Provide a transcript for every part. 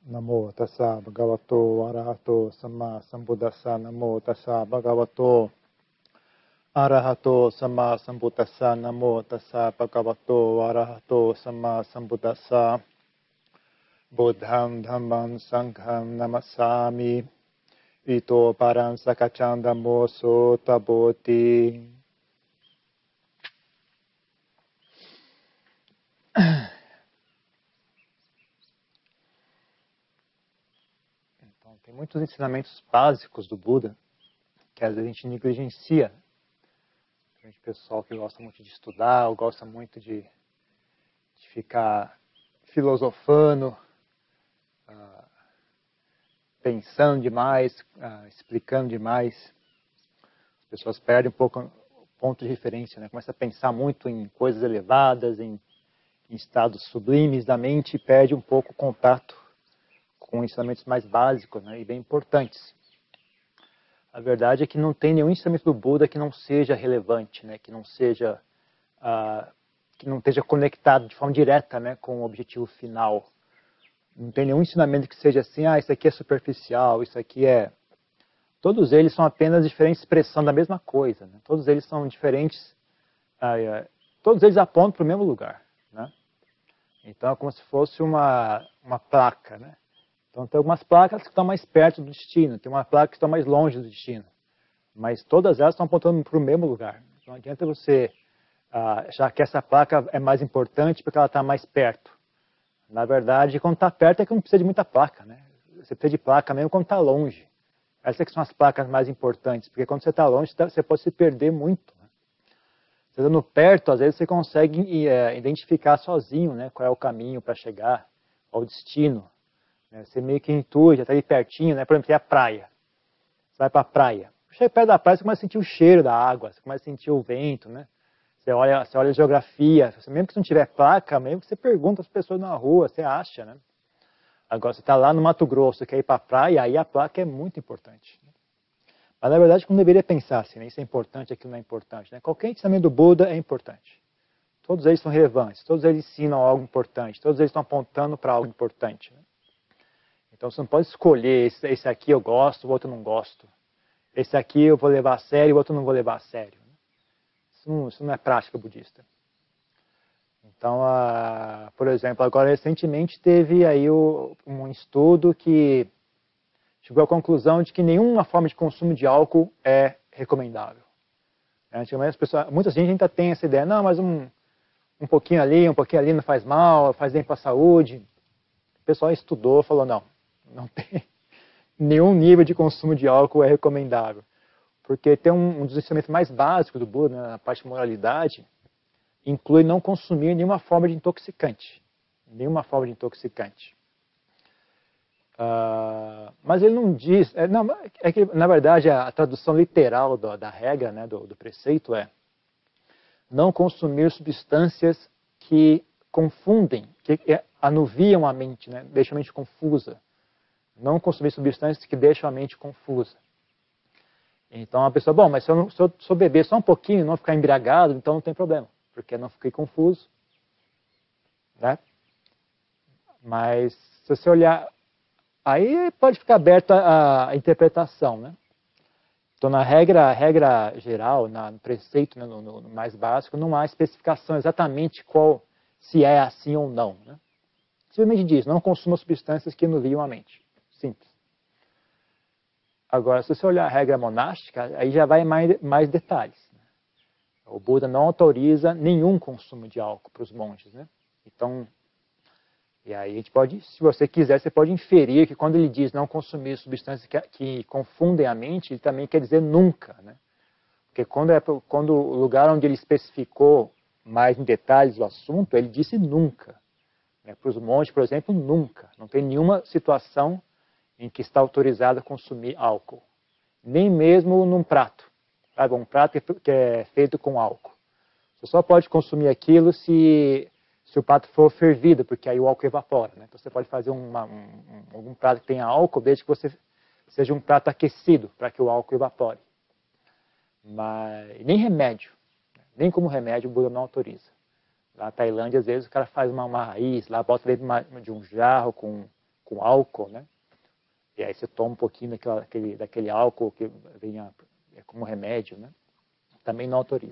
Namo tassa bhagavato arahato samma sambuddhassa. Namo tassa bhagavato arahato samma sambuddhassa. Namo tassa bhagavato arahato samma sambuddhassa. Buddham dhammam sangham namassami. Ito param sakachandamo sotaboti. Tem muitos ensinamentos básicos do Buda que às vezes a gente negligencia. Tem pessoal que gosta muito de estudar, ou gosta muito de ficar filosofando, pensando demais, explicando demais. As pessoas perdem um pouco o ponto de referência, né? Começa a pensar muito em coisas elevadas, em estados sublimes da mente e perde um pouco o contato com ensinamentos mais básicos, né, e bem importantes. A verdade é que não tem nenhum ensinamento do Buda que não seja relevante, né, que não esteja conectado de forma direta, né, com o objetivo final. Não tem nenhum ensinamento que seja assim, isso aqui é superficial, isso aqui é... Todos eles são apenas diferentes expressões da mesma coisa, né? Todos eles são diferentes, todos eles apontam para o mesmo lugar, né? Então é como se fosse uma placa, né? Então tem algumas placas que estão mais perto do destino, tem uma placa que está mais longe do destino. Mas todas elas estão apontando para o mesmo lugar. Não adianta você achar que essa placa é mais importante porque ela está mais perto. Na verdade, quando está perto é que não precisa de muita placa, né? Você precisa de placa mesmo quando está longe. Essas que são as placas mais importantes, porque quando você está longe, você pode se perder muito. Né? Você estando perto, às vezes você consegue identificar sozinho, né, qual é o caminho para chegar ao destino. Você meio que intui, já está ali pertinho, né? Por exemplo, tem a praia. Você vai para a praia. Chega perto da praia, você começa a sentir o cheiro da água, você começa a sentir o vento, né? Você olha a geografia, mesmo que não tiver placa, mesmo que você pergunta às pessoas na rua, você acha, né? Agora, você está lá no Mato Grosso, quer ir para a praia, aí a placa é muito importante. Mas, na verdade, não deveria pensar assim, né? Isso é importante, aquilo não é importante. Né? Qualquer ensinamento do Buda é importante. Todos eles são relevantes, todos eles ensinam algo importante, todos eles estão apontando para algo importante. Né? Então você não pode escolher, esse aqui eu gosto, o outro não gosto. Esse aqui eu vou levar a sério, o outro não vou levar a sério. Isso não é prática budista. Então, por exemplo, agora recentemente teve aí um estudo que chegou à conclusão de que nenhuma forma de consumo de álcool é recomendável. Antigamente, muita gente ainda tem essa ideia, não, mas um pouquinho ali não faz mal, faz bem para a saúde. O pessoal estudou, falou, não tem nenhum nível de consumo de álcool é recomendável. Porque tem um dos ensinamentos mais básicos do Buda, né, na parte de moralidade, inclui não consumir nenhuma forma de intoxicante. Nenhuma forma de intoxicante. Mas ele não diz... É que, na verdade, a tradução literal da regra, né, do preceito é não consumir substâncias que confundem, que anuviam a mente, né, deixam a mente confusa. Não consumir substâncias que deixam a mente confusa. Então a pessoa, mas se eu beber só um pouquinho e não ficar embriagado, então não tem problema, porque eu não fiquei confuso. Né? Mas se você olhar, aí pode ficar aberto a interpretação. Né? Então na regra geral, no preceito, né, no mais básico, não há especificação exatamente se é assim ou não. Né? Simplesmente diz, não consuma substâncias que anuviam a mente. Simples. Agora, se você olhar a regra monástica, aí já vai mais detalhes. Né? O Buda não autoriza nenhum consumo de álcool para os monges. Né? Então, e aí a gente pode, se você quiser, você pode inferir que quando ele diz não consumir substâncias que confundem a mente, ele também quer dizer nunca. Né? Porque quando o lugar onde ele especificou mais em detalhes o assunto, ele disse nunca. Né? Para os monges, por exemplo, nunca. Não tem nenhuma situação em que está autorizado a consumir álcool. Nem mesmo num prato. Sabe? Um prato que é feito com álcool. Você só pode consumir aquilo se o prato for fervido, porque aí o álcool evapora. Né? Então você pode fazer algum prato que tenha álcool, desde que você seja um prato aquecido, para que o álcool evapore. Mas nem remédio. Nem como remédio o Buda não autoriza. Lá na Tailândia, às vezes, o cara faz uma raiz, lá bota dentro de um jarro com com álcool, né? E aí você toma um pouquinho daquele álcool que venha como remédio, né? Também não autoriza.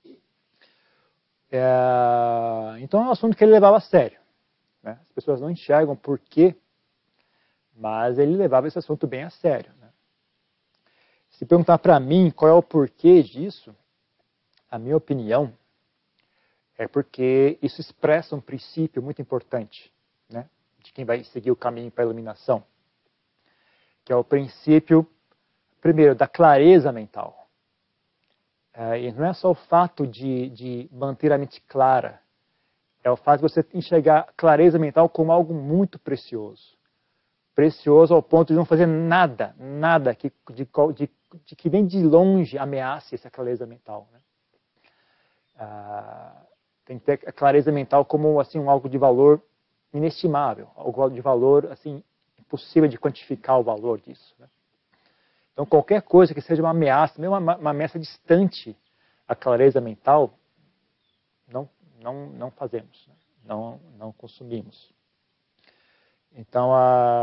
Então é um assunto que ele levava a sério, né? As pessoas não enxergam por quê, mas ele levava esse assunto bem a sério, né? Se perguntar para mim qual é o porquê disso, a minha opinião é porque isso expressa um princípio muito importante, né, de quem vai seguir o caminho para a iluminação, que é o princípio, primeiro, da clareza mental. E não é só o fato de manter a mente clara, é o fato de você enxergar clareza mental como algo muito precioso. Precioso ao ponto de não fazer nada que vem de longe ameace essa clareza mental, né? Tem que ter a clareza mental como assim, algo de valor inestimável, algo de valor assim, impossível de quantificar o valor disso, né? Então qualquer coisa que seja uma ameaça, mesmo uma ameaça distante à clareza mental, não fazemos, né? não consumimos. Então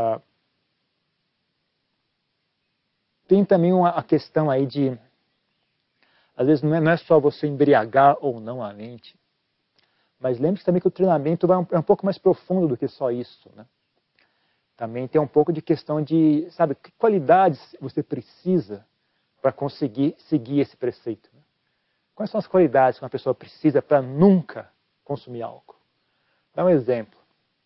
tem também a questão aí de, às vezes não é só você embriagar ou não a mente, mas lembre-se também que o treinamento é um pouco mais profundo do que só isso, né? Também tem um pouco de questão de, sabe, que qualidades você precisa para conseguir seguir esse preceito, né? Quais são as qualidades que uma pessoa precisa para nunca consumir álcool? Dá um exemplo.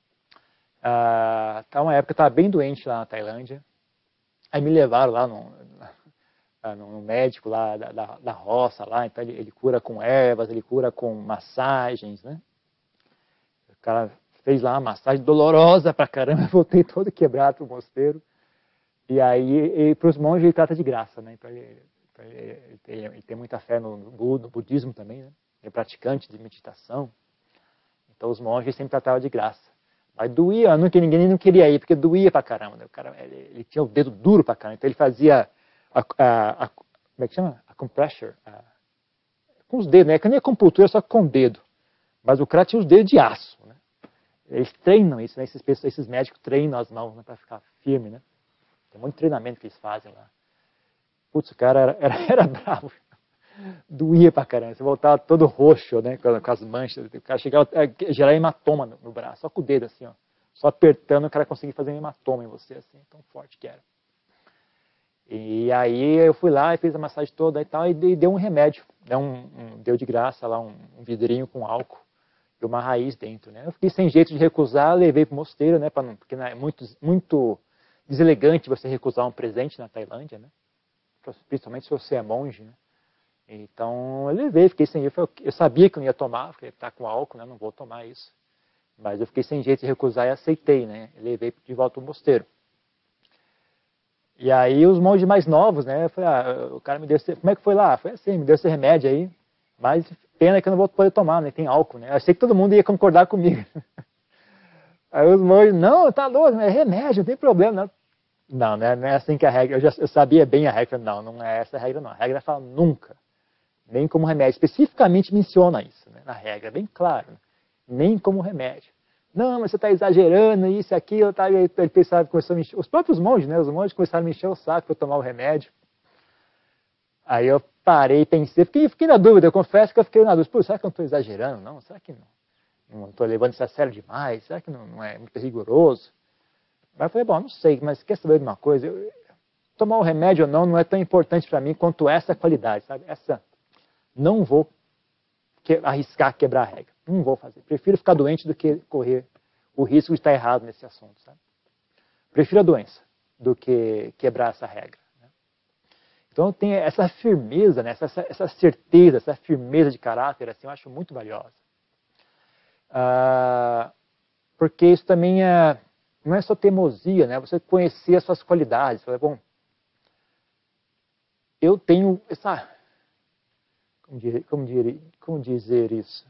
Uma época eu estava bem doente lá na Tailândia, aí me levaram lá no médico lá da roça, lá, então ele cura com ervas, ele cura com massagens, né? O cara fez lá uma massagem dolorosa pra caramba, eu voltei todo quebrado pro mosteiro. E aí, para os monges, ele trata de graça, né? Então, ele tem muita fé no budismo também, né? Ele é praticante de meditação. Então, os monges sempre tratavam de graça. Mas doía, ninguém não queria ir, porque doía pra caramba, né? O cara, ele tinha o dedo duro pra caramba, então ele fazia como é que chama? A compressor. Com os dedos, né? Que nem a acupuntura, só com o dedo. Mas o cara tinha os dedos de aço, né? Eles treinam isso, né? Esses médicos treinam as mãos, né? Para ficar firme, né? Tem muito treinamento que eles fazem lá. Putz, o cara era bravo. Doía pra caramba. Você voltava todo roxo, né? Com as manchas. O cara chegava a gerar hematoma no braço, só com o dedo, assim, ó. Só apertando, o cara conseguia fazer um hematoma em você, assim, tão forte que era. E aí eu fui lá e fiz a massagem toda e tal, e deu um remédio. Deu de graça lá um vidrinho com álcool e uma raiz dentro, né? Eu fiquei sem jeito de recusar, levei para o mosteiro, né? Porque é muito deselegante você recusar um presente na Tailândia, né? Principalmente se você é monge, né? Então eu levei, fiquei sem jeito. Eu sabia que eu não ia tomar, porque tá com álcool, né? Não vou tomar isso. Mas eu fiquei sem jeito de recusar e aceitei, né? Eu levei de volta para o mosteiro. E aí os monges mais novos, né? Eu falei, o cara me deu esse... Como é que foi lá? Foi assim, me deu esse remédio aí. Mas pena que eu não vou poder tomar, né? Tem álcool, né? Eu achei que todo mundo ia concordar comigo. Aí os monges, não, tá louco, é remédio, não tem problema, não. Não é assim que a regra... Eu sabia bem a regra. Não é essa a regra, não. A regra fala nunca. Nem como remédio. Especificamente menciona isso, né? Na regra, bem claro. Né? Nem como remédio. Não, mas você está exagerando, isso e aquilo. Tá? E aí ele pensava, começou a me encher. Os próprios monges, né? Os monges começaram a me encher o saco para eu tomar o remédio. Aí eu parei, pensei, fiquei na dúvida. Eu confesso que eu fiquei na dúvida. Pô, será que eu não estou exagerando? Não, será que não estou levando isso a sério demais? Será que não é muito rigoroso? Mas eu falei, bom, não sei, mas quer saber de uma coisa? Tomar o remédio ou não é tão importante para mim quanto essa qualidade, sabe? Não vou arriscar quebrar a regra. Não vou fazer. Prefiro ficar doente do que correr o risco de estar errado nesse assunto, sabe? Prefiro a doença do que quebrar essa regra. Né? Então tem essa firmeza, né? essa certeza, essa firmeza de caráter, assim, eu acho muito valiosa. Porque isso também não é só teimosia, né? Você conhecer as suas qualidades. Falar, bom, eu tenho essa... Como dizer isso?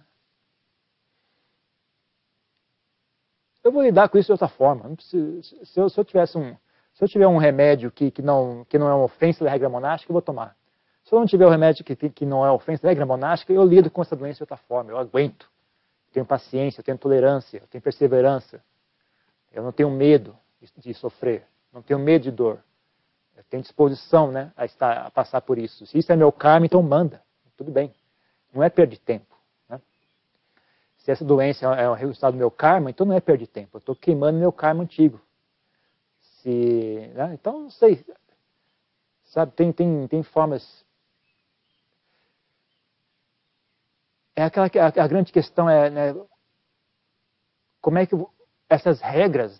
Eu vou lidar com isso de outra forma. Não preciso, se eu tiver um remédio que não é uma ofensa da regra monástica, eu vou tomar. Se eu não tiver um remédio que não é ofensa da regra monástica, eu lido com essa doença de outra forma. Eu aguento. Eu tenho paciência, eu tenho tolerância, eu tenho perseverança. Eu não tenho medo. de sofrer, não tenho medo de dor. Eu tenho disposição, né, a passar por isso. Se isso é meu karma, então manda. Tudo bem. Não é perder tempo. Né? Se essa doença é o resultado do meu karma, então não é perder tempo. Eu estou queimando meu karma antigo. Né? Então, não sei. Sabe, tem formas. A grande questão é, né, como é que essas regras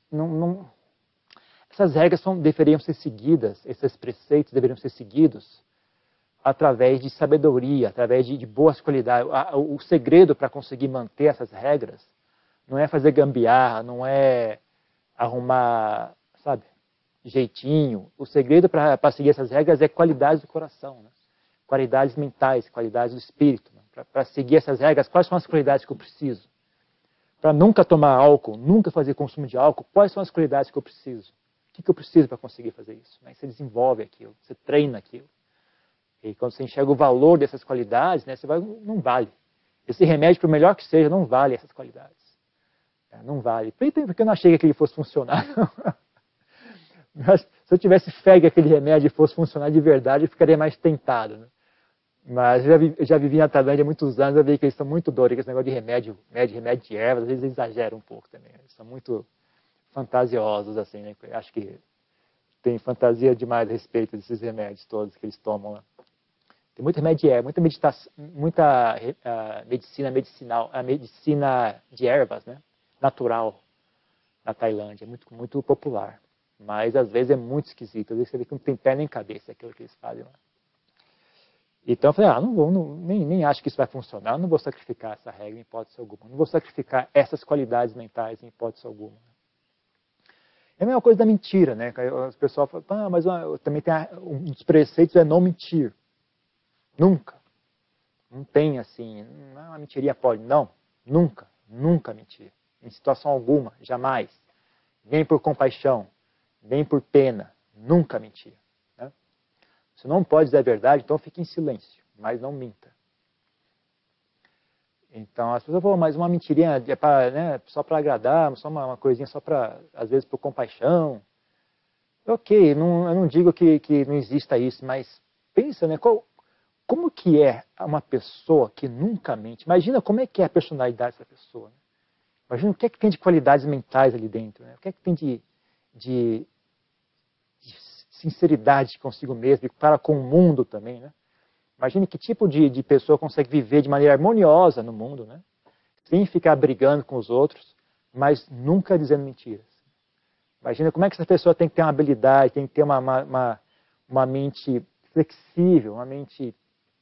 essas regras deveriam ser seguidas, esses preceitos deveriam ser seguidos através de sabedoria, através de boas qualidades. O segredo para conseguir manter essas regras não é fazer gambiarra, não é arrumar, sabe, jeitinho. O segredo para seguir essas regras é qualidade do coração, né? Qualidades mentais, qualidades do espírito. Né? Para seguir essas regras, quais são as qualidades que eu preciso? Para nunca tomar álcool, nunca fazer consumo de álcool, quais são as qualidades que eu preciso? O que eu preciso para conseguir fazer isso? Né? Você desenvolve aquilo, você treina aquilo. E quando você enxerga o valor dessas qualidades, né, você vai, não vale. Esse remédio, por melhor que seja, não vale essas qualidades. Não vale. Porque eu não achei que aquele fosse funcionar. Mas, se eu tivesse fé que aquele remédio fosse funcionar de verdade, eu ficaria mais tentado. Né? Mas eu já vivi na Tailândia há muitos anos, eu vi que eles são muito doidos, esse negócio de remédio de ervas, às vezes eles exageram um pouco também. Eles são muito fantasiosos, assim, né? Eu acho que tem fantasia demais a respeito desses remédios todos que eles tomam lá. Tem muito remédio de erva, muita meditação, muita medicina medicinal, a medicina de ervas, né? Natural na Tailândia, muito, muito popular. Mas às vezes é muito esquisito, às vezes você vê que não tem pé nem cabeça aquilo que eles fazem lá. Então eu falei, nem acho que isso vai funcionar, eu não vou sacrificar essa regra em hipótese alguma, não vou sacrificar essas qualidades mentais em hipótese alguma. É a mesma coisa da mentira, né? O pessoal fala, mas também tem um dos preceitos é não mentir. Nunca. Não tem assim, uma mentiria pode. Não, nunca mentir. Em situação alguma, jamais. Nem por compaixão, nem por pena. Nunca mentir. Né? Se não pode dizer a verdade, então fique em silêncio, mas não minta. Então as pessoas falam, mas uma mentirinha é né, só para agradar, só uma coisinha só para, às vezes, por compaixão. Ok, eu não digo que não exista isso, mas pensa, né? Como que é uma pessoa que nunca mente? Imagina como é que é a personalidade dessa pessoa. Né? Imagina o que é que tem de qualidades mentais ali dentro. Né? O que é que tem de sinceridade consigo mesmo e para com o mundo também. Né? Imagine que tipo de pessoa consegue viver de maneira harmoniosa no mundo, né? Sem ficar brigando com os outros, mas nunca dizendo mentiras. Imagina como é que essa pessoa tem que ter uma habilidade, tem que ter uma mente flexível, uma mente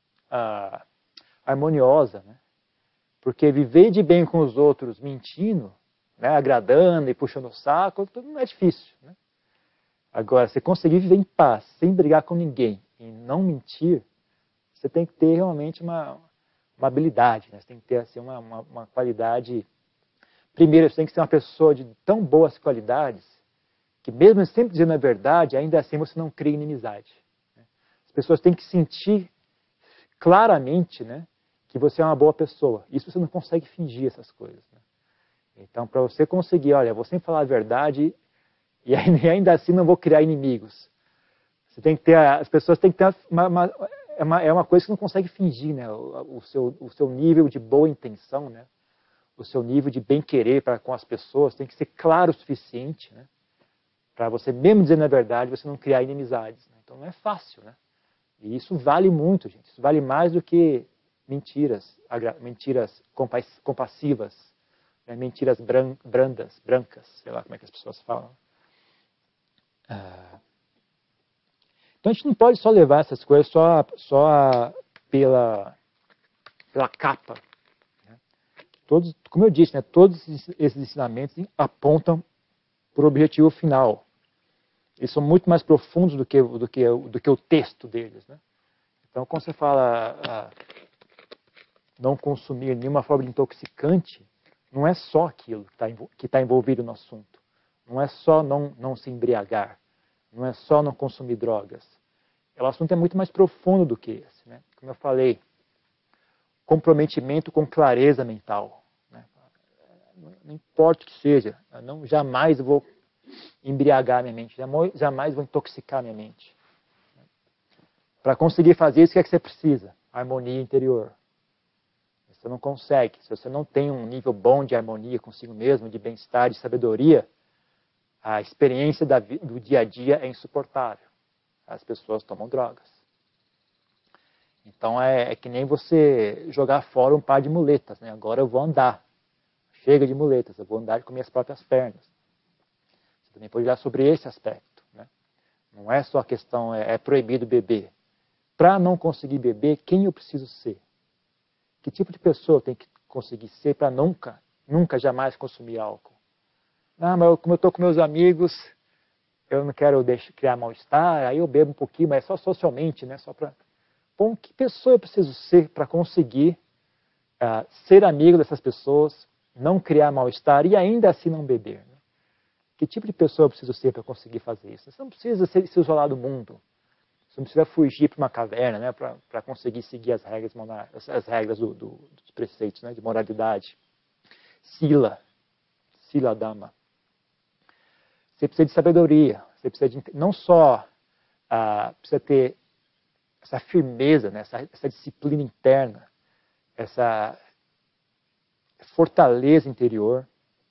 harmoniosa, né? Porque viver de bem com os outros mentindo, né, agradando e puxando o saco, não é difícil. Né? Agora, você conseguir viver em paz, sem brigar com ninguém e não mentir, você tem que ter realmente uma habilidade, né? Você tem que ter assim, uma qualidade. Primeiro, você tem que ser uma pessoa de tão boas qualidades que mesmo sempre dizendo a verdade, ainda assim você não cria inimizade. Né? As pessoas têm que sentir claramente, né, que você é uma boa pessoa. Isso você não consegue fingir essas coisas. Né? Então, para você conseguir, olha, vou sempre falar a verdade e ainda assim não vou criar inimigos. Você tem que ter, as pessoas têm que ter é uma coisa que não consegue fingir, né? O seu nível de boa intenção, né? O seu nível de bem-querer com as pessoas tem que ser claro o suficiente, né? Para você, mesmo dizendo a verdade, você não criar inimizades. Né? Então não é fácil, né? E isso vale muito, gente. Isso vale mais do que mentiras compassivas, né? Mentiras brancas, sei lá como é que as pessoas falam. Então a gente não pode só levar essas coisas só pela capa. Né? Como eu disse, né? Todos esses ensinamentos apontam para o objetivo final. Eles são muito mais profundos do que o texto deles. Né? Então, quando você fala não consumir nenhuma forma de intoxicante, não é só aquilo que está envolvido no assunto. Não é só não se embriagar. Não é só não consumir drogas. O assunto é muito mais profundo do que esse. Né? Como eu falei, comprometimento com clareza mental. Né? Não importa o que seja, jamais vou embriagar minha mente, jamais vou intoxicar minha mente. Para conseguir fazer isso, o que é que você precisa? Harmonia interior. Você não consegue. Se você não tem um nível bom de harmonia consigo mesmo, de bem-estar, de sabedoria, a experiência do dia a dia é insuportável. As pessoas tomam drogas. Então é que nem você jogar fora um par de muletas, né? Agora eu vou andar. Chega de muletas, eu vou andar com minhas próprias pernas. Você também pode olhar sobre esse aspecto, né? Não é só a questão, é proibido beber. Para não conseguir beber, quem eu preciso ser? Que tipo de pessoa eu tenho que conseguir ser para nunca, jamais consumir álcool? Ah, mas como eu estou com meus amigos, eu não quero criar mal-estar, aí eu bebo um pouquinho, mas é só socialmente, né? Só para... Bom, que pessoa eu preciso ser para conseguir ser amigo dessas pessoas, não criar mal-estar e ainda assim não beber? Né? Que tipo de pessoa eu preciso ser para conseguir fazer isso? Você não precisa se isolar do mundo. Você não precisa fugir para uma caverna, né, para conseguir seguir as regras, dos preceitos, né, de moralidade. Sila Dhamma. Você precisa de sabedoria. Você precisa de, não só precisa ter essa firmeza, né, essa disciplina interna, essa fortaleza interior.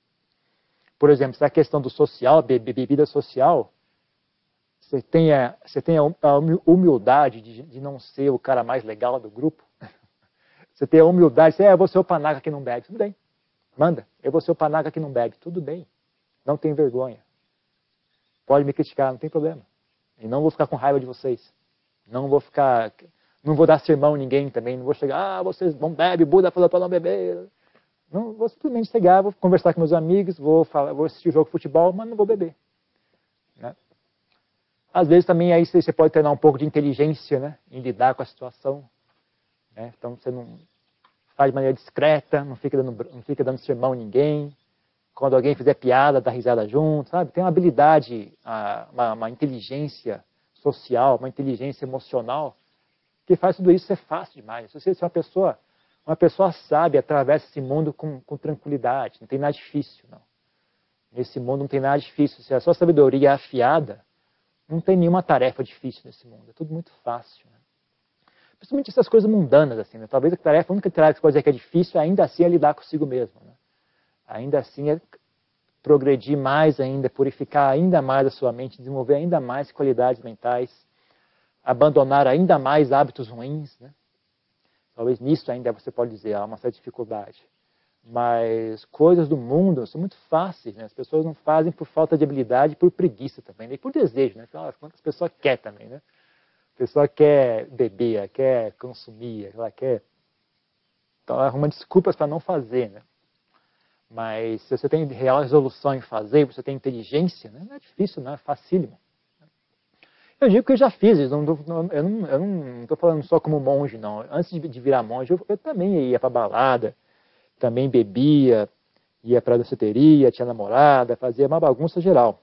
Por exemplo, essa questão do social, bebida social, você tem a humildade de não ser o cara mais legal do grupo. Você tem a humildade de dizer, eu vou ser o panaca que não bebe. Tudo bem. Manda. Eu vou ser o panaca que não bebe. Tudo bem. Não tem vergonha. Pode me criticar, não tem problema. E não vou ficar com raiva de vocês. Não vou dar sermão a ninguém também. Não vou chegar, vocês não bebem, Buda falou para não beber. Não, vou simplesmente chegar, vou conversar com meus amigos, vou assistir o jogo de futebol, mas não vou beber. Né? Às vezes também aí você pode treinar um pouco de inteligência, né, em lidar com a situação. Né? Então você não faz de maneira discreta, não fica dando sermão a ninguém. Quando alguém fizer piada, dá risada junto, sabe? Tem uma habilidade, uma inteligência social, uma inteligência emocional, que faz tudo isso ser fácil demais. Se você é uma pessoa sábia, atravessa esse mundo com tranquilidade, não tem nada difícil, não. Nesse mundo não tem nada difícil. Se a sua sabedoria é afiada, não tem nenhuma tarefa difícil nesse mundo. É tudo muito fácil. Né? Principalmente essas coisas mundanas, assim. Né? Talvez a única tarefa que você pode dizer que é difícil, ainda assim, é lidar consigo mesmo. Né? Ainda assim, é progredir mais ainda, purificar ainda mais a sua mente, desenvolver ainda mais qualidades mentais, abandonar ainda mais hábitos ruins. Né? Talvez nisso ainda você pode dizer, há uma certa dificuldade. Mas coisas do mundo são muito fáceis, né? As pessoas não fazem por falta de habilidade, por preguiça também, né? E por desejo, né? Afinal, quantas pessoas quer também, né? A pessoa quer beber, quer consumir, ela quer... Então ela arruma desculpas para não fazer, né? Mas se você tem real resolução em fazer, você tem inteligência, né? Não é difícil, não é facílimo. Eu digo que eu já fiz isso, eu não estou falando só como monge, não. Antes de virar monge, eu também ia para balada, também bebia, ia para a danceteria, tinha namorada, fazia uma bagunça geral.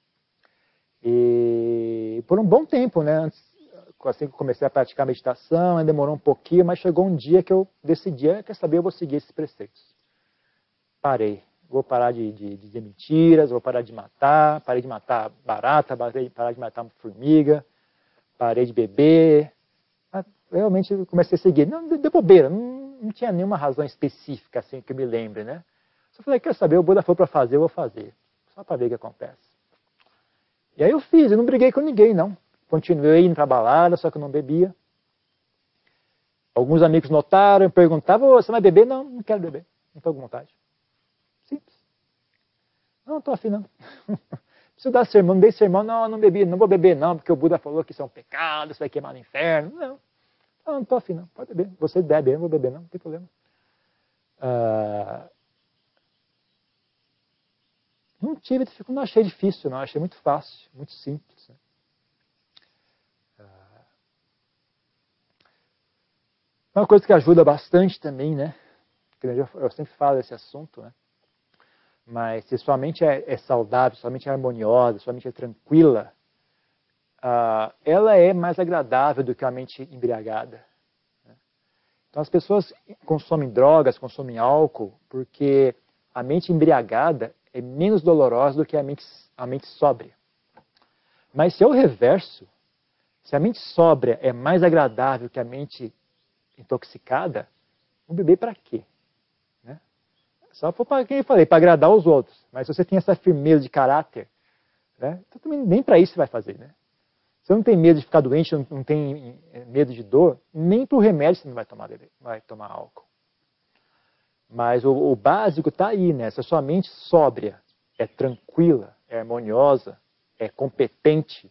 E por um bom tempo, né? Assim que eu comecei a praticar meditação, demorou um pouquinho, mas chegou um dia que eu decidi, quer saber, eu vou seguir esses preceitos. Parei. Vou parar de dizer mentiras, vou parar de matar, parei de matar barata, parar de matar formiga, parei de beber. Realmente eu comecei a seguir. Não, de bobeira, não tinha nenhuma razão específica assim que eu me lembre, né? Só falei, quer saber, o Buda falou para fazer, eu vou fazer. Só para ver o que acontece. E aí eu fiz, eu não briguei com ninguém, não. Continuei indo para balada, só que eu não bebia. Alguns amigos notaram, perguntavam, você vai beber? Não, não quero beber, não estou com vontade. Simples. Não estou afim, não. Preciso dar sermão, não dei sermão, não bebi, não vou beber não, porque o Buda falou que isso é um pecado, isso vai queimar no inferno. Não estou afim, não. Pode beber. Você bebe, eu não vou beber, não tem problema. Não achei difícil, não. Achei muito fácil, muito simples. Né? Uma coisa que ajuda bastante também, né? Eu sempre falo desse assunto, né? Mas se sua mente é saudável, sua mente é harmoniosa, sua mente é tranquila, ela é mais agradável do que a mente embriagada. Né? Então as pessoas consomem drogas, consomem álcool, porque a mente embriagada é menos dolorosa do que a mente sóbria. Mas se é o reverso, se a mente sóbria é mais agradável que a mente intoxicada, vamos beber para quê? Né? Só para quem eu falei, para agradar os outros. Mas se você tem essa firmeza de caráter, né, então também nem para isso você vai fazer. Né? Você não tem medo de ficar doente, não tem medo de dor, nem para o remédio você não vai tomar álcool. Mas o básico está aí, né? Se a sua mente sóbria é tranquila, é harmoniosa, é competente,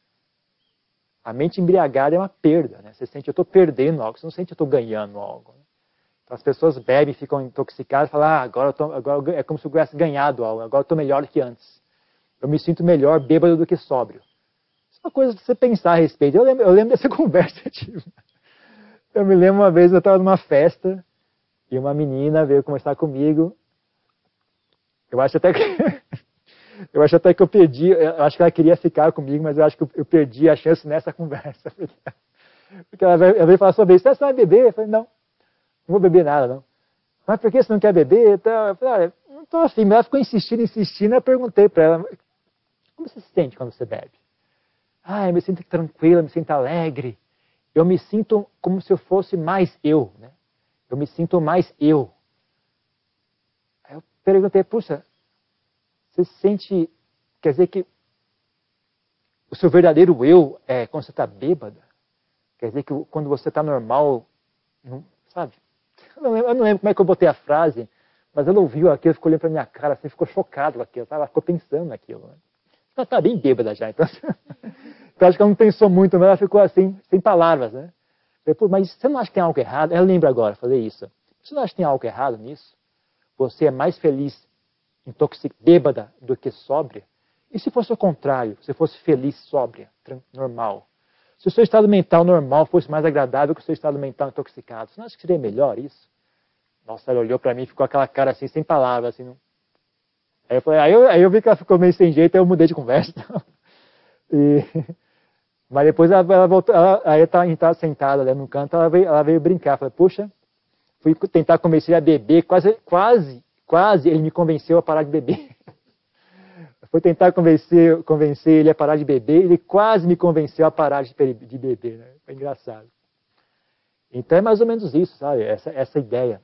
a mente embriagada é uma perda, né? Você sente, eu estou perdendo algo, você não sente, eu estou ganhando algo. Né? Então as pessoas bebem, ficam intoxicadas e falam, agora é como se eu tivesse ganhado algo, agora eu estou melhor do que antes. Eu me sinto melhor bêbado do que sóbrio. Isso é uma coisa para você pensar a respeito. Eu lembro dessa conversa que eu tive. Eu me lembro uma vez, eu estava numa festa, e uma menina veio conversar comigo. Eu acho até que eu perdi, eu acho que ela queria ficar comigo, mas eu acho que eu perdi a chance nessa conversa. Porque ela veio falar sobre isso. Você vai beber? Eu falei, não vou beber nada, não. Mas por que você não quer beber? Eu falei, não estou afim. Mas ela ficou insistindo. Eu perguntei para ela, como você se sente quando você bebe? Eu me sinto tranquila, me sinto alegre. Eu me sinto como se eu fosse mais eu, né? Eu me sinto mais eu. Aí eu perguntei, puxa, você se sente, quer dizer que o seu verdadeiro eu é quando você está bêbada? Quer dizer que quando você está normal, não, sabe? Eu não lembro como é que eu botei a frase, mas ela ouviu aquilo, ficou olhando para minha cara, assim, ficou chocado com aquilo, sabe? Ela ficou pensando naquilo. Né? Ela está bem bêbada já, então. Então acho que ela não pensou muito, mas ela ficou assim, sem palavras, né? Falei, mas você não acha que tem algo errado? Ela lembra agora, falei isso. Você não acha que tem algo errado nisso? Você é mais feliz bêbada do que sóbria? E se fosse o contrário? Se fosse feliz, sóbria, normal? Se o seu estado mental normal fosse mais agradável que o seu estado mental intoxicado, você não acha que seria melhor isso? Nossa, ela olhou para mim e ficou aquela cara assim, sem palavras. Assim, não... aí eu vi que ela ficou meio sem jeito, aí eu mudei de conversa. Mas depois ela voltou, aí a gente estava sentada ali no canto, ela veio brincar. Falei, puxa, fui tentar convencer ele a beber, quase ele me convenceu a parar de beber. Fui tentar convencer ele a parar de beber, ele quase me convenceu a parar de beber. Né? Foi engraçado. Então é mais ou menos isso, sabe? Essa ideia.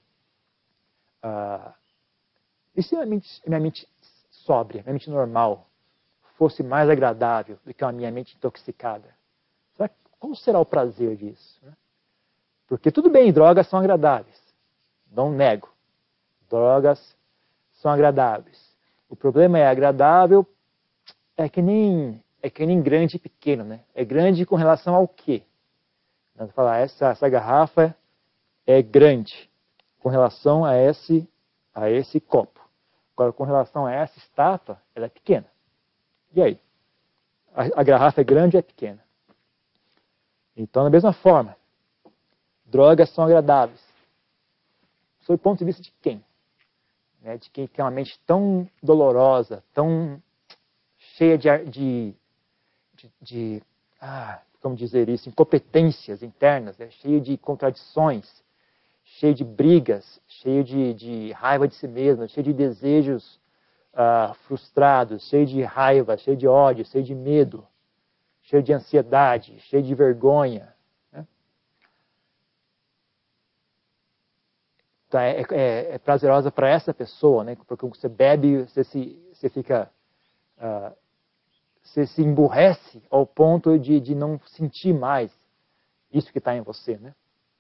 E se minha mente sóbria, minha mente normal, fosse mais agradável do que a minha mente intoxicada? Qual será o prazer disso? Né? Porque tudo bem, drogas são agradáveis. Não nego. Drogas são agradáveis. O problema é agradável, é que nem grande e pequeno, né? É grande com relação ao quê? Vamos falar, essa garrafa é grande com relação a esse copo. Agora, com relação a essa estátua, ela é pequena. E aí? A garrafa é grande ou é pequena? Então, da mesma forma, drogas são agradáveis. Sob o ponto de vista de quem? Né? De quem tem uma mente tão dolorosa, tão cheia como dizer isso, incompetências internas, né? Cheio de contradições, cheio de brigas, cheio de raiva de si mesmo, cheio de desejos frustrados, cheio de raiva, cheio de ódio, cheio de medo, cheio de ansiedade, cheio de vergonha. Né? Então, é prazerosa para essa pessoa, né? Porque você bebe, você se emburrece ao ponto de não sentir mais isso que está em você. Né?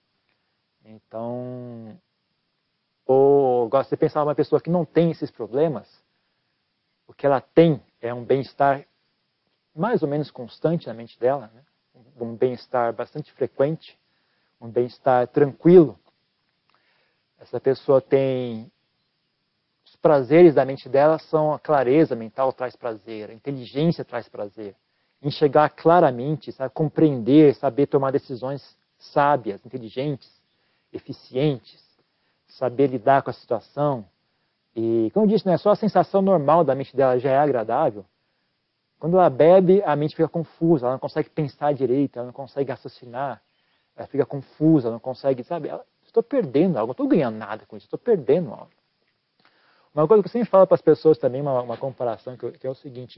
Então, agora você pensar uma pessoa que não tem esses problemas, o que ela tem é um bem-estar mais ou menos constante na mente dela, né? Um bem-estar bastante frequente, um bem-estar tranquilo. Essa pessoa tem... Os prazeres da mente dela são a clareza mental traz prazer, a inteligência traz prazer. Enxergar claramente, sabe? Compreender, saber tomar decisões sábias, inteligentes, eficientes, saber lidar com a situação. E, como eu disse, não é só a sensação normal da mente dela já é agradável. Quando ela bebe, a mente fica confusa, ela não consegue pensar direito, ela não consegue raciocinar, ela fica confusa, ela não consegue, sabe? Estou perdendo algo, não estou ganhando nada com isso, estou perdendo algo. Uma coisa que eu sempre falo para as pessoas também, uma comparação que é o seguinte,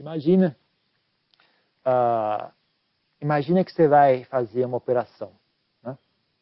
imagina que você vai fazer uma operação. Né?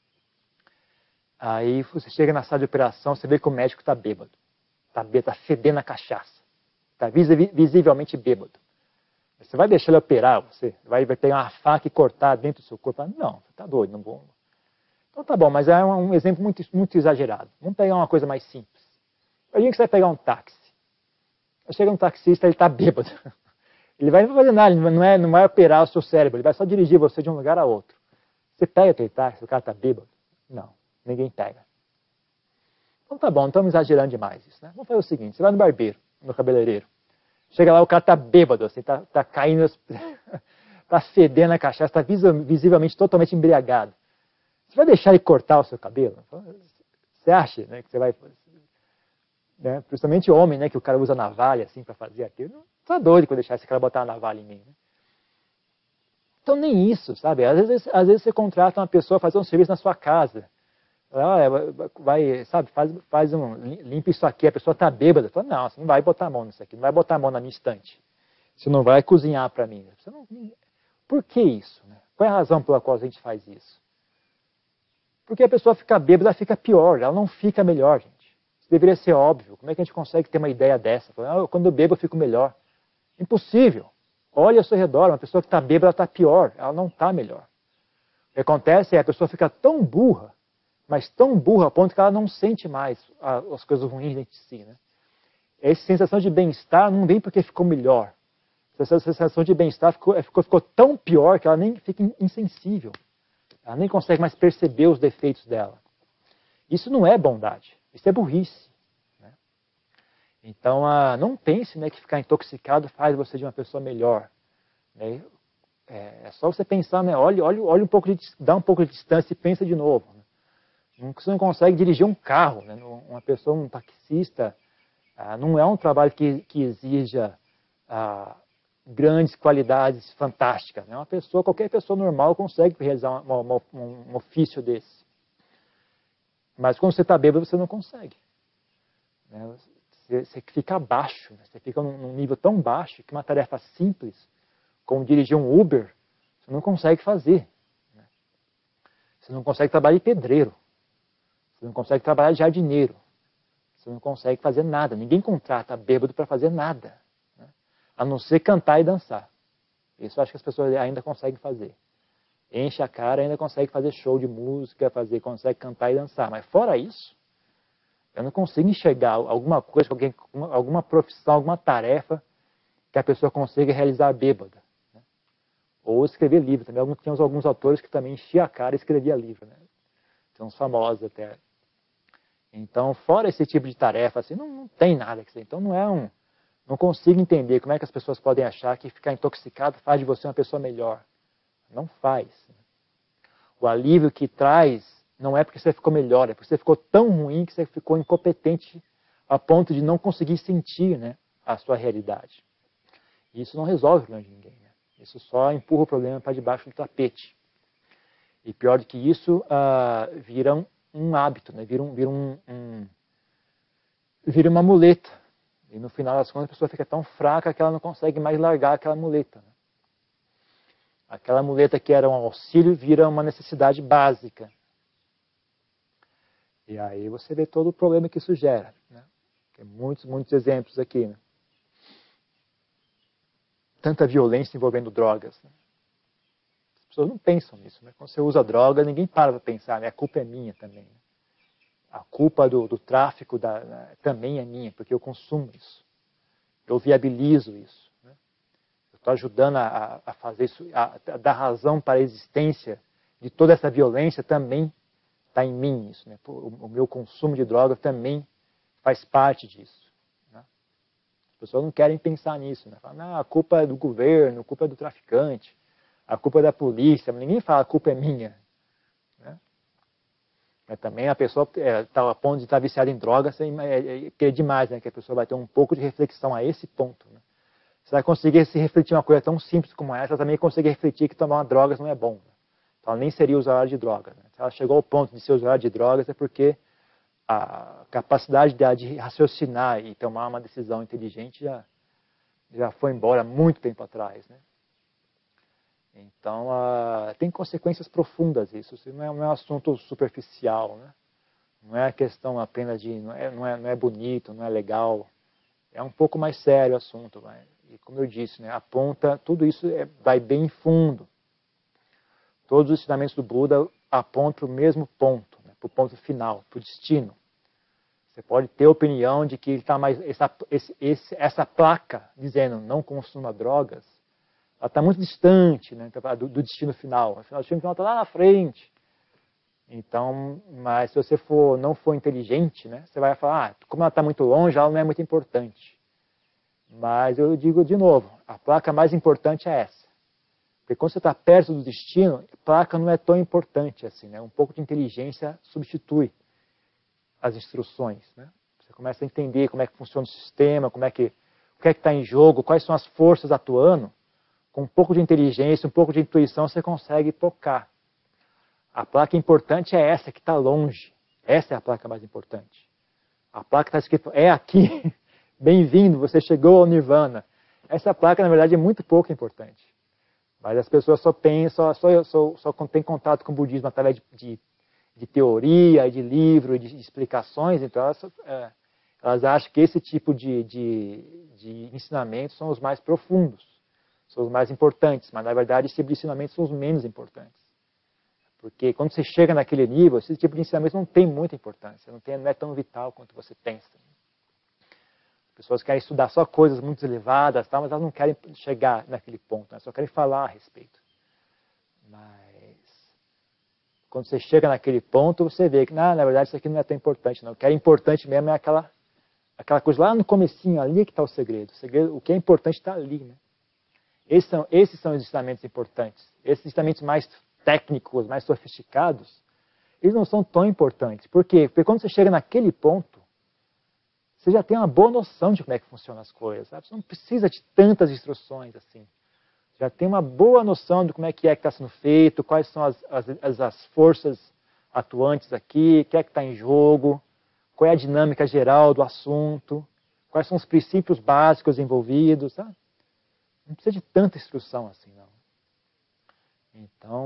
Aí você chega na sala de operação, você vê que o médico está bêbado. Está fedendo a cachaça. Está visivelmente bêbado. Você vai deixar ele operar? Você vai pegar uma faca e cortar dentro do seu corpo? Não, você está doido. Não vou. Então tá bom, mas é um exemplo muito, muito exagerado. Vamos pegar uma coisa mais simples. Imagina que você vai pegar um táxi. Chega um taxista, ele está bêbado. Ele vai não fazer nada, ele não vai operar o seu cérebro, ele vai só dirigir você de um lugar a outro. Você pega aquele táxi, o cara está bêbado? Não, ninguém pega. Então tá bom, não estamos exagerando demais isso, né? Vamos fazer o seguinte, você vai no barbeiro, no cabeleireiro. Chega lá, o cara está bêbado, assim, tá caindo, está fedendo a cachaça, está visivelmente totalmente embriagado. Você vai deixar ele cortar o seu cabelo? Você acha, né, que você vai... Né, principalmente homem, né, que o cara usa navalha assim para fazer aquilo. Não tá doido quando deixar esse cara botar uma navalha em mim. Né? Então nem isso, sabe? Às vezes você contrata uma pessoa para fazer um serviço na sua casa. Vai, sabe, limpa isso aqui, a pessoa está bêbada. Fala, não, você não vai botar a mão nisso aqui, não vai botar a mão na minha estante. Você não vai cozinhar para mim. Por que isso? Né? Qual é a razão pela qual a gente faz isso? Porque a pessoa fica bêbada, ela fica pior, ela não fica melhor, gente. Isso deveria ser óbvio. Como é que a gente consegue ter uma ideia dessa? Quando eu bebo, eu fico melhor. Impossível. Olha ao seu redor, uma pessoa que está bêbada, ela está pior, ela não está melhor. O que acontece é a pessoa fica tão burra, mas tão burra a ponto que ela não sente mais as coisas ruins dentro de si. Né? Essa sensação de bem-estar não vem porque ficou melhor. Essa sensação de bem-estar ficou tão pior que ela nem fica insensível. Ela nem consegue mais perceber os defeitos dela. Isso não é bondade. Isso é burrice. Né? Então, não pense, né, que ficar intoxicado faz você de uma pessoa melhor. Né? É só você pensar, né, olha um pouco dá um pouco de distância e pensa de novo. Né? Você não consegue dirigir um carro. Né? Uma pessoa, um taxista, não é um trabalho que exija grandes qualidades fantásticas. Né? Qualquer pessoa normal consegue realizar um ofício desse. Mas quando você está bêbado, você não consegue. Né? Você fica abaixo, né? Você fica num nível tão baixo que uma tarefa simples, como dirigir um Uber, você não consegue fazer. Né? Você não consegue trabalhar de pedreiro. Você não consegue trabalhar de jardineiro. Você não consegue fazer nada. Ninguém contrata bêbado para fazer nada. Né? A não ser cantar e dançar. Isso eu acho que as pessoas ainda conseguem fazer. Enche a cara, ainda consegue fazer show de música, consegue cantar e dançar. Mas fora isso, eu não consigo enxergar alguma coisa, alguma profissão, alguma tarefa que a pessoa consiga realizar bêbada. Né? Ou escrever livro também. Tínhamos alguns autores que também enchiam a cara e escreviam livro. Né? Tem uns famosos até. Então, fora esse tipo de tarefa, assim, não tem nada que ser. Então, não consigo entender como é que as pessoas podem achar que ficar intoxicado faz de você uma pessoa melhor. Não faz. O alívio que traz não é porque você ficou melhor, é porque você ficou tão ruim que você ficou incompetente a ponto de não conseguir sentir, né, a sua realidade. E isso não resolve o problema de ninguém. Né? Isso só empurra o problema para debaixo do tapete. E pior do que isso, vira um hábito, né? Vira uma muleta. E no final das contas a pessoa fica tão fraca que ela não consegue mais largar aquela muleta. Né? Aquela muleta que era um auxílio vira uma necessidade básica. E aí você vê todo o problema que isso gera. Né? Tem muitos exemplos aqui. Né? Tanta violência envolvendo drogas. Né? As pessoas não pensam nisso. Né? Quando você usa droga, ninguém para pensar. Né? A culpa é minha também. Né? A culpa do tráfico também é minha, porque eu consumo isso. Eu viabilizo isso. Estou ajudando a fazer isso, a dar razão para a existência de toda essa violência também está em mim. Isso, né? O meu consumo de droga também faz parte disso. Né? As pessoas não querem pensar nisso. Né? Falam, a culpa é do governo, a culpa é do traficante, a culpa é da polícia. Mas ninguém fala, a culpa é minha. Né? Mas também a pessoa está a ponto de estar viciada em drogas, é demais, né? Que a pessoa vai ter um pouco de reflexão a esse ponto. Né? Você vai conseguir se refletir uma coisa tão simples como essa, ela também consegue refletir que tomar drogas não é bom. Né? Então ela nem seria usuária de drogas. Né? Se ela chegou ao ponto de ser usuária de drogas é porque a capacidade de raciocinar e tomar uma decisão inteligente já foi embora há muito tempo atrás, né? Então, tem consequências profundas isso. Isso não é um assunto superficial, né? Não é questão apenas de... Não é bonito, não é legal. É um pouco mais sério o assunto. E como eu disse, né, aponta... Tudo isso vai bem fundo. Todos os ensinamentos do Buda apontam para o mesmo ponto, né, para o ponto final, para o destino. Você pode ter a opinião de que ele está mais... Essa placa dizendo não consuma drogas, ela está muito distante, né, do destino final. Afinal, o destino final está lá na frente. Então, mas se você não for inteligente, né, você vai falar, como ela está muito longe, ela não é muito importante. Mas eu digo de novo, a placa mais importante é essa. Porque quando você está perto do destino, a placa não é tão importante assim, né? Um pouco de inteligência substitui as instruções, né? Você começa a entender como é que funciona o sistema, o que é que está em jogo, quais são as forças atuando. Com um pouco de inteligência, um pouco de intuição, você consegue tocar. A placa importante é essa que está longe. Essa é a placa mais importante. A placa está escrito, é aqui, bem-vindo, você chegou ao Nirvana. Essa placa, na verdade, é muito pouco importante. Mas as pessoas só pensam, só têm contato com o budismo através de teoria, de livro, de explicações. Então, elas acham que esse tipo de ensinamentos são os mais profundos, são os mais importantes. Mas, na verdade, esse tipo de ensinamentos são os menos importantes. Porque quando você chega naquele nível, esse tipo de ensinamento não tem muita importância, não é tão vital quanto você pensa. As pessoas querem estudar só coisas muito elevadas, mas elas não querem chegar naquele ponto, né? Só querem falar a respeito. Mas quando você chega naquele ponto, você vê que, na verdade, isso aqui não é tão importante. Não. O que é importante mesmo é aquela coisa lá no comecinho, ali que está o segredo. O que é importante está ali. Né? Esses são os ensinamentos importantes. Esses ensinamentos mais técnicos, mais sofisticados, eles não são tão importantes. Por quê? Porque quando você chega naquele ponto, você já tem uma boa noção de como é que funcionam as coisas. Sabe? Você não precisa de tantas instruções assim. Já tem uma boa noção de como é que está sendo feito, quais são as forças atuantes aqui, o que é que está em jogo, qual é a dinâmica geral do assunto, quais são os princípios básicos envolvidos. Sabe? Não precisa de tanta instrução assim, não. Então,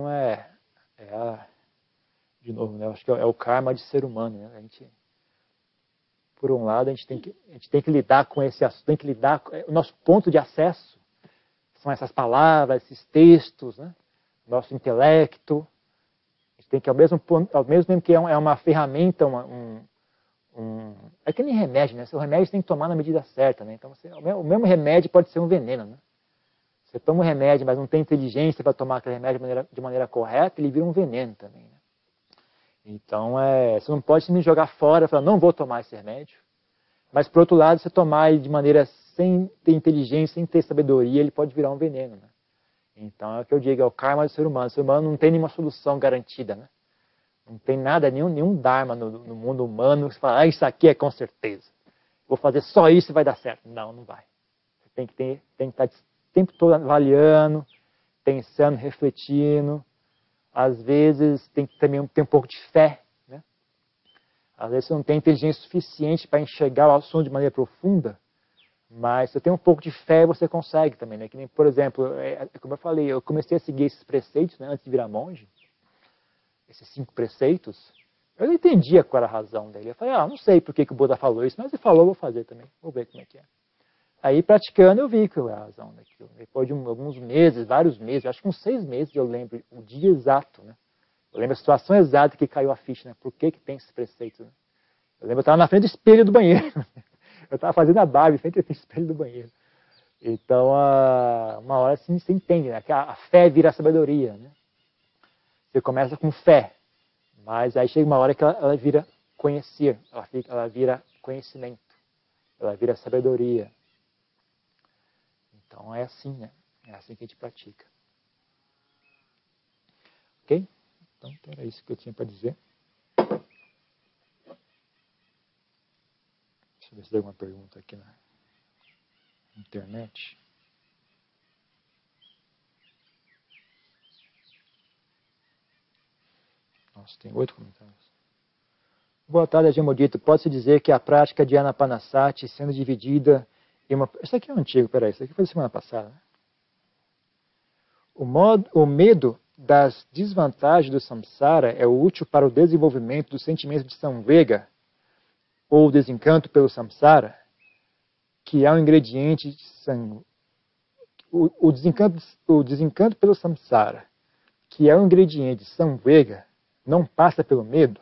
de novo, né, eu acho que é o karma de ser humano. Né? Por um lado, a gente tem que lidar com esse assunto, tem que lidar com o nosso ponto de acesso. São essas palavras, esses textos, né? Nosso intelecto. A gente tem que, ao mesmo tempo que é uma ferramenta, é que nem remédio, né? O remédio tem que tomar na medida certa, né? Então, o mesmo remédio pode ser um veneno, né? Você toma um remédio, mas não tem inteligência para tomar aquele remédio de maneira correta, ele vira um veneno também, né? Então, você não pode me jogar fora e falar, não vou tomar esse remédio. Mas, por outro lado, se tomar ele de maneira sem ter inteligência, sem ter sabedoria, ele pode virar um veneno. Né? Então, é o que eu digo, é o karma do ser humano. O ser humano não tem nenhuma solução garantida. Né? Não tem nada, nenhum dharma no mundo humano que você fala, isso aqui é com certeza. Vou fazer só isso e vai dar certo. Não, não vai. Você tem que estar o tempo todo avaliando, pensando, refletindo. Às vezes, tem que também ter um pouco de fé. Né? Às vezes, você não tem inteligência suficiente para enxergar o assunto de maneira profunda. Mas se você tem um pouco de fé, você consegue também, né? Que nem, por exemplo, como eu falei, eu comecei a seguir esses preceitos, né, antes de virar monge, esses 5 preceitos, eu não entendia qual era a razão dele. Eu falei, não sei por que o Buda falou isso, mas ele falou, eu vou fazer também, vou ver como é que é. Aí, praticando, eu vi qual era a razão daquilo. Depois de alguns meses, vários meses, acho que uns 6 meses eu lembro o dia exato, né? Eu lembro a situação exata que caiu a ficha, né? Por que tem esses preceitos, né? Eu lembro, eu estava na frente do espelho do banheiro. Eu estava fazendo a barba, frente ao espelho do banheiro. Então, uma hora assim, você entende, né? Que a fé vira sabedoria, né? Você começa com fé, mas aí chega uma hora que ela vira conhecer, ela vira conhecimento, ela vira sabedoria. Então, é assim, né? É assim que a gente pratica. Ok? Então, era isso que eu tinha para dizer. Deixa eu ver se tem alguma pergunta aqui na internet. Nossa, tem 8 comentários. Boa tarde, Agimodito. Pode-se dizer que a prática de Anapanasati sendo dividida em uma... Isso aqui é antigo, peraí, isso aqui foi da semana passada. O medo das desvantagens do samsara é útil para o desenvolvimento do sentimento de samvega, ou desencanto pelo samsara, que é um ingrediente de sangue. O desencanto pelo samsara, que é um ingrediente de samvega, não passa pelo medo.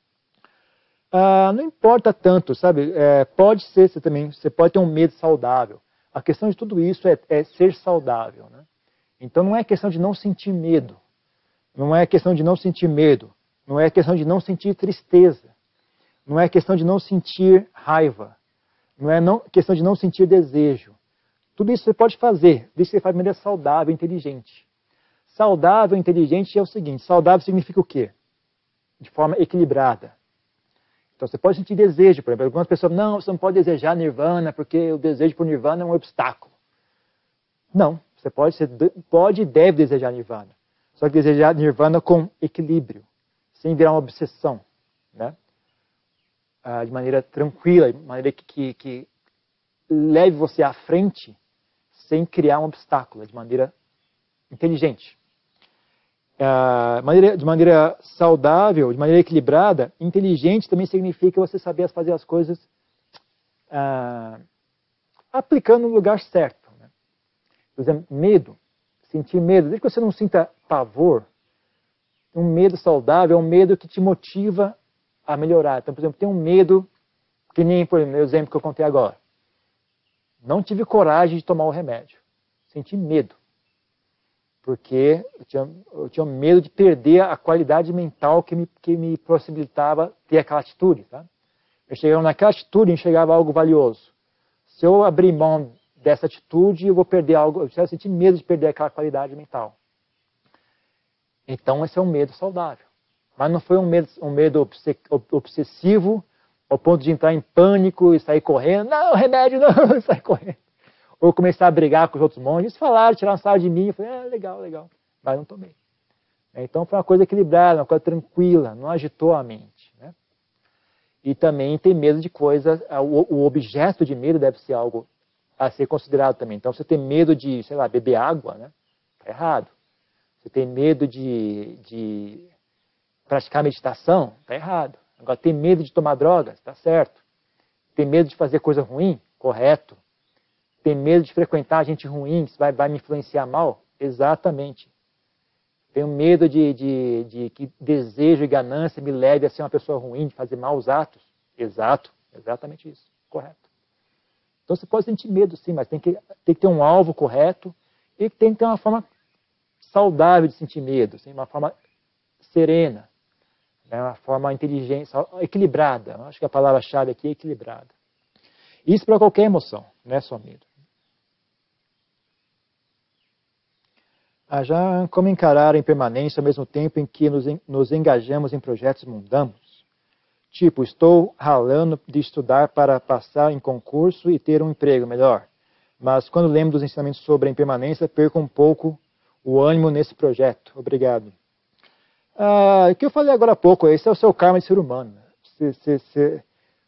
Não importa tanto, sabe? Pode ser, você pode ter um medo saudável. A questão de tudo isso é ser saudável, né? Então não é questão de não sentir medo. Não é questão de não sentir medo. Não é questão de não sentir tristeza. Não é questão de não sentir raiva. Não é questão de não sentir desejo. Tudo isso você pode fazer, desde que você faz de maneira saudável e inteligente. Saudável e inteligente é o seguinte, saudável significa o quê? De forma equilibrada. Então você pode sentir desejo, por exemplo. Algumas pessoas, não, você não pode desejar nirvana, porque o desejo por nirvana é um obstáculo. Não, você pode e deve desejar nirvana. Só que desejar nirvana com equilíbrio, sem virar uma obsessão, né? De maneira tranquila, de maneira que leve você à frente, sem criar um obstáculo, de maneira inteligente. De maneira saudável, de maneira equilibrada, inteligente também significa você saber fazer as coisas aplicando no lugar certo. Né? Por exemplo, medo, sentir medo, desde que você não sinta pavor, um medo saudável é um medo que te motiva a melhorar. Então, por exemplo, tem um medo, que nem por exemplo, o exemplo que eu contei agora. Não tive coragem de tomar o remédio. Senti medo. Porque eu tinha medo de perder a qualidade mental que me possibilitava ter aquela atitude. Tá? Eu chegava naquela atitude e enxergava algo valioso. Se eu abrir mão dessa atitude, eu vou perder algo. Eu senti medo de perder aquela qualidade mental. Então, esse é um medo saudável. Mas não foi um medo obsessivo, ao ponto de entrar em pânico e sair correndo. Não, remédio não, sair correndo. Ou começar a brigar com os outros monges. Eles falaram, tiraram sarro de mim. Eu falei, legal, legal. Mas não tomei. Então foi uma coisa equilibrada, uma coisa tranquila, não agitou a mente. Né? E também tem medo de coisas, o objeto de medo deve ser algo a ser considerado também. Então você tem medo de, sei lá, beber água, né? Está errado. Você tem medo de praticar meditação, está errado. Agora, tem medo de tomar drogas, está certo. Tem medo de fazer coisa ruim, correto. Tem medo de frequentar gente ruim, que vai me influenciar mal, exatamente. Tenho medo de que desejo e ganância me leve a ser uma pessoa ruim, de fazer maus atos, exato, exatamente isso, correto. Então você pode sentir medo sim, mas tem que ter um alvo correto e tem que ter uma forma saudável de sentir medo, assim, uma forma serena. É uma forma inteligente, equilibrada. Acho que a palavra-chave aqui é equilibrada. Isso para qualquer emoção, não é só medo. Já como encarar a impermanência ao mesmo tempo em que nos engajamos em projetos mundanos? Tipo, estou ralando de estudar para passar em concurso e ter um emprego melhor. Mas quando lembro dos ensinamentos sobre a impermanência, perco um pouco o ânimo nesse projeto. Obrigado. O que eu falei agora há pouco, esse é o seu karma de ser humano. Você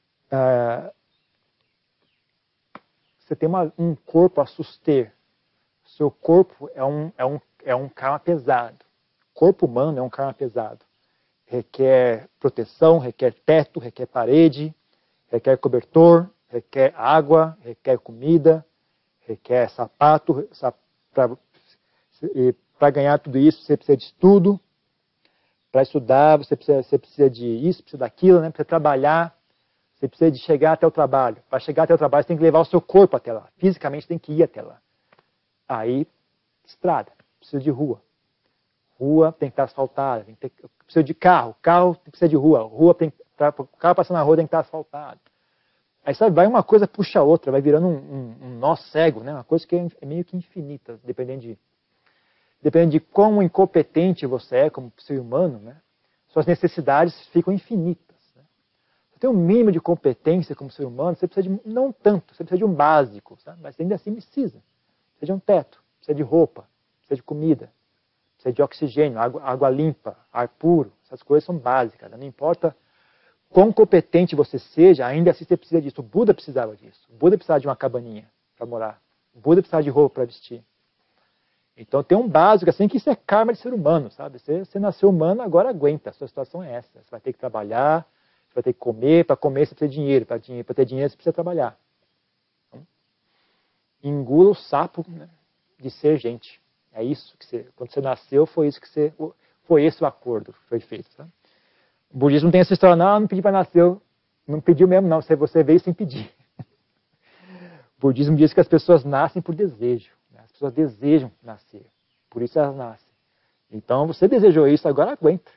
tem um corpo a suster. Seu corpo é um karma pesado. O corpo humano é um karma pesado. Requer proteção, requer teto, requer parede, requer cobertor, requer água, requer comida, requer sapato. Para ganhar tudo isso, você precisa de estudo. Para estudar, você precisa de isso, precisa daquilo, né? Precisa trabalhar, você precisa de chegar até o trabalho. Para chegar até o trabalho, você tem que levar o seu corpo até lá. Fisicamente, tem que ir até lá. Aí, estrada, precisa de rua. Rua tem que estar asfaltada, precisa de carro. Carro precisa de rua. Para o carro passar na rua tem que estar asfaltado. Aí, sabe, vai uma coisa puxa a outra, vai virando um nó cego, né? Uma coisa que é meio que infinita, dependendo de quão incompetente você é como ser humano, né? Suas necessidades ficam infinitas. Né? Você tem um mínimo de competência como ser humano, você precisa de, não tanto, você precisa de um básico, sabe? Mas ainda assim precisa. Precisa de um teto, precisa de roupa, precisa de comida, precisa de oxigênio, água limpa, ar puro. Essas coisas são básicas. Né? Não importa quão competente você seja, ainda assim você precisa disso. O Buda precisava disso. O Buda precisava de uma cabaninha para morar. O Buda precisava de roupa para vestir. Então tem um básico, assim, que isso é karma de ser humano, sabe? Você nasceu humano, agora aguenta. A sua situação é essa. Você vai ter que trabalhar, você vai ter que comer. Para comer você precisa de dinheiro. Para ter dinheiro você precisa trabalhar. Então, engula o sapo, né, de ser gente. É isso que você... Quando você nasceu, foi esse o acordo que foi feito, sabe? O budismo não tem essa história, não pedi para nascer, não pediu mesmo, não, você veio sem pedir. O budismo diz que as pessoas nascem por desejo, né? As pessoas desejam nascer, por isso elas nascem. Então, você desejou isso, agora aguenta.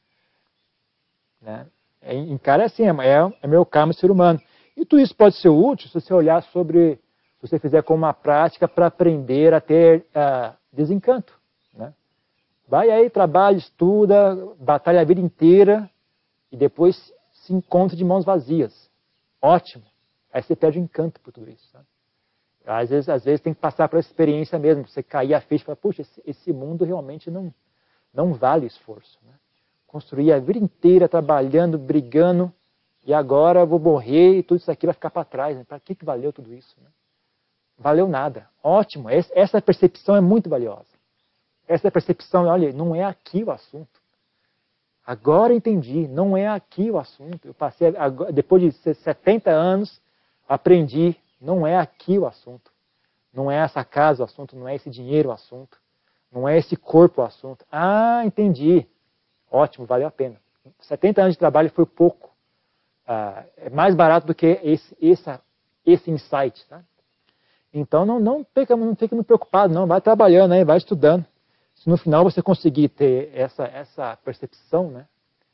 Né? Encara assim, é meu karma ser humano. E tudo isso pode ser útil se você olhar se você fizer como uma prática para aprender a ter desencanto. Né? Vai aí, trabalha, estuda, batalha a vida inteira, e depois se encontra de mãos vazias. Ótimo. Aí você perde o encanto por tudo isso. Sabe? Às vezes tem que passar por essa experiência mesmo. Você cair a ficha e falar, puxa, esse mundo realmente não vale o esforço. Né? Construir a vida inteira trabalhando, brigando, e agora eu vou morrer e tudo isso aqui vai ficar para trás. Né? Para que valeu tudo isso? Né? Valeu nada. Ótimo. Essa percepção é muito valiosa. Essa percepção, olha, não é aqui o assunto. Agora entendi, não é aqui o assunto. Eu passei, depois de 70 anos, aprendi, não é aqui o assunto. Não é essa casa o assunto, não é esse dinheiro o assunto. Não é esse corpo o assunto. Ah, entendi. Ótimo, valeu a pena. 70 anos de trabalho foi pouco. É mais barato do que esse insight. Tá? Então não fica preocupado, não. Vai trabalhando, aí, vai estudando. Se no final você conseguir ter essa percepção, né?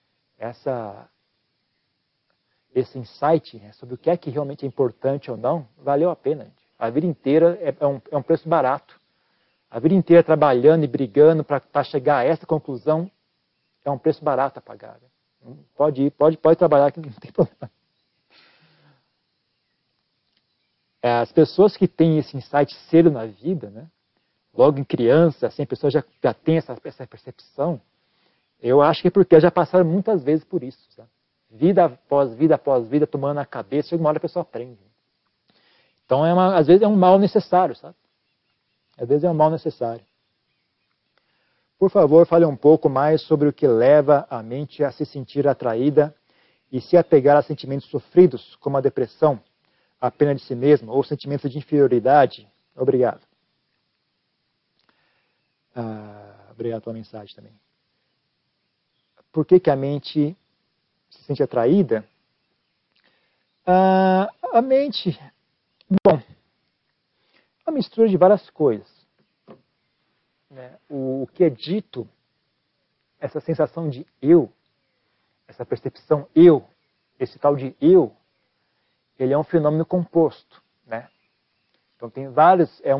Esse insight, né? Sobre o que é que realmente é importante ou não, valeu a pena. Gente. A vida inteira é um preço barato. A vida inteira trabalhando e brigando para chegar a essa conclusão é um preço barato a pagar. Né? Pode trabalhar que não tem problema. As pessoas que têm esse insight cedo na vida, né? Logo em criança, assim, a pessoa já tem essa percepção, eu acho que é porque já passaram muitas vezes por isso. Sabe? Vida após vida, tomando a cabeça, chega uma hora a pessoa aprende. Então, às vezes é um mal necessário, sabe? Às vezes é um mal necessário. Por favor, fale um pouco mais sobre o que leva a mente a se sentir atraída e se apegar a sentimentos sofridos, como a depressão, a pena de si mesmo ou sentimentos de inferioridade. Obrigado. Obrigado pela mensagem também. Por que a mente se sente atraída? A mente, bom, é uma mistura de várias coisas. Né? O que é dito, essa sensação de eu, essa percepção eu, esse tal de eu, ele é um fenômeno composto. Né? Então tem vários, é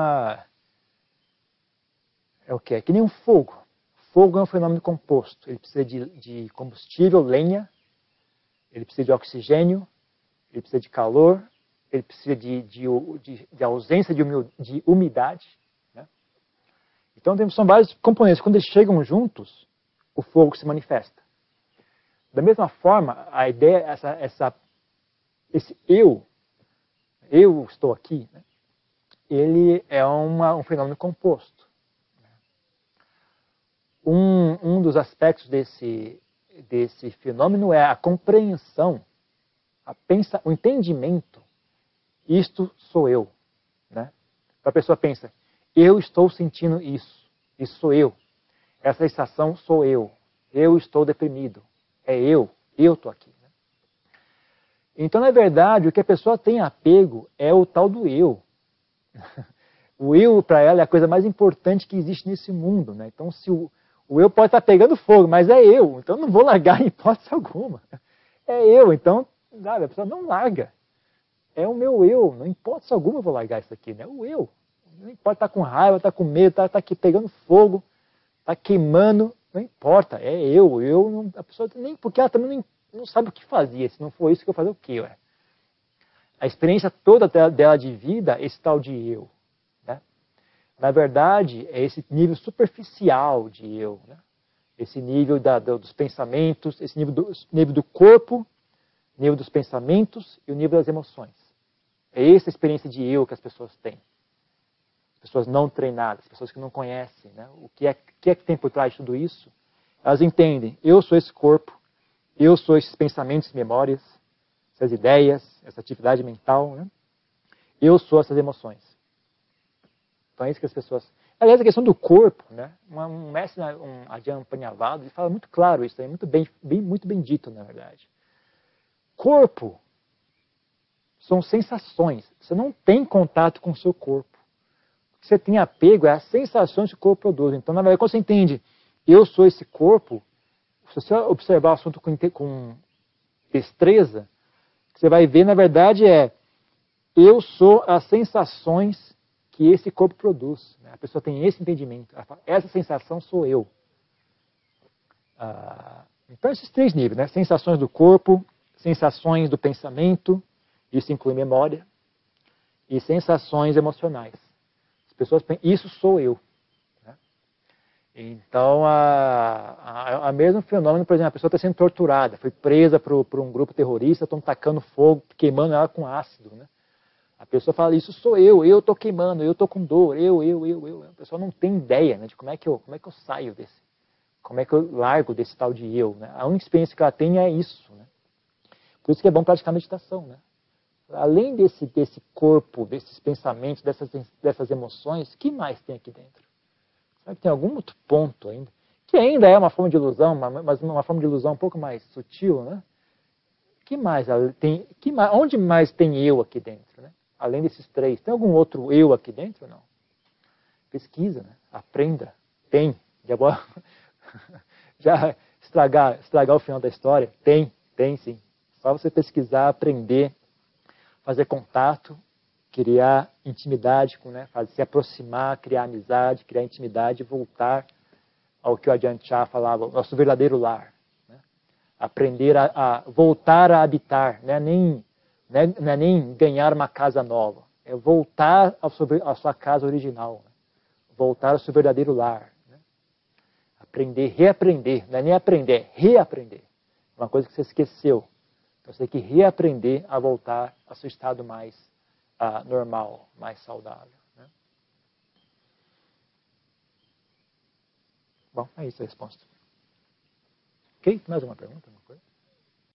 o que? É que nem um fogo. Fogo é um fenômeno composto. Ele precisa de combustível, lenha, ele precisa de oxigênio, ele precisa de calor, ele precisa de ausência de umidade. Né? Então são vários componentes. Quando eles chegam juntos, o fogo se manifesta. Da mesma forma, a ideia, esse eu estou aqui, né? Ele é um fenômeno composto. Um dos aspectos desse fenômeno é a compreensão, o entendimento. Isto sou eu. Né? A pessoa pensa, eu estou sentindo isso sou eu. Essa sensação sou eu estou deprimido, é eu estou aqui. Né? Então, na verdade, o que a pessoa tem apego é o tal do eu. O eu, para ela, é a coisa mais importante que existe nesse mundo. Né? Então, se o eu pode estar pegando fogo, mas é eu, então não vou largar em hipótese alguma. É eu, então, sabe, a pessoa não larga. É o meu eu, não hipótese alguma eu vou largar isso aqui, né? O eu. Não importa estar com raiva, estar com medo, estar aqui pegando fogo, estar queimando, não importa, é eu. A pessoa nem, porque ela também não sabe o que fazia, se não for isso que eu fazer o quê, ué? A experiência toda dela de vida é esse tal de eu. Na verdade, é esse nível superficial de eu. Né? Esse nível dos pensamentos, esse nível do corpo, nível dos pensamentos e o nível das emoções. É essa a experiência de eu que as pessoas têm. As pessoas não treinadas, as pessoas que não conhecem, né? O que é que tem por trás de tudo isso? Elas entendem, eu sou esse corpo, eu sou esses pensamentos e memórias, essas ideias, essa atividade mental, né? Eu sou essas emoções. Então é isso que as pessoas... Aliás, a questão do corpo, né? Um mestre, um Ajahn Paññavada, ele fala muito claro isso, é muito bem dito, na verdade. Corpo são sensações. Você não tem contato com o seu corpo. O que você tem apego é as sensações que o corpo produz. Então, na verdade, quando você entende, eu sou esse corpo, se você observar o assunto com destreza, você vai ver, na verdade, eu sou as sensações que esse corpo produz. A pessoa tem esse entendimento. Essa sensação sou eu. Então, esses três níveis, né? Sensações do corpo, sensações do pensamento, isso inclui memória, e sensações emocionais. As pessoas pensam, isso sou eu. Né? Então, a mesmo fenômeno, por exemplo, a pessoa está sendo torturada, foi presa por um grupo terrorista, estão tacando fogo, queimando ela com ácido. Né? A pessoa fala, isso sou eu estou queimando, eu estou com dor, eu. A pessoa não tem ideia, né, de como é que eu saio desse, como é que eu largo desse tal de eu. Né? A única experiência que ela tem é isso. Né? Por isso que é bom praticar meditação. Né? Além desse corpo, desses pensamentos, dessas emoções, o que mais tem aqui dentro? Será que tem algum outro ponto ainda? Que ainda é uma forma de ilusão, mas uma forma de ilusão um pouco mais sutil, né? Que mais tem? Onde mais tem eu aqui dentro? Né? Além desses três, tem algum outro eu aqui dentro ou não? Pesquisa, né? Aprenda. Tem. Já estragar o final da história? Tem sim. Só você pesquisar, aprender, fazer contato, criar intimidade, né? Se aproximar, criar amizade, criar intimidade e voltar ao que o Ajahn Chah falava, nosso verdadeiro lar. Né? Aprender a voltar a habitar, não é nem ganhar uma casa nova, é voltar à sua casa original, né? Voltar ao seu verdadeiro lar. Né? Aprender, reaprender, não é nem aprender, é reaprender. Uma coisa que você esqueceu. Então você tem que reaprender a voltar ao seu estado mais normal, mais saudável. Né? Bom, é isso a resposta. Ok? Mais uma pergunta? Uma coisa?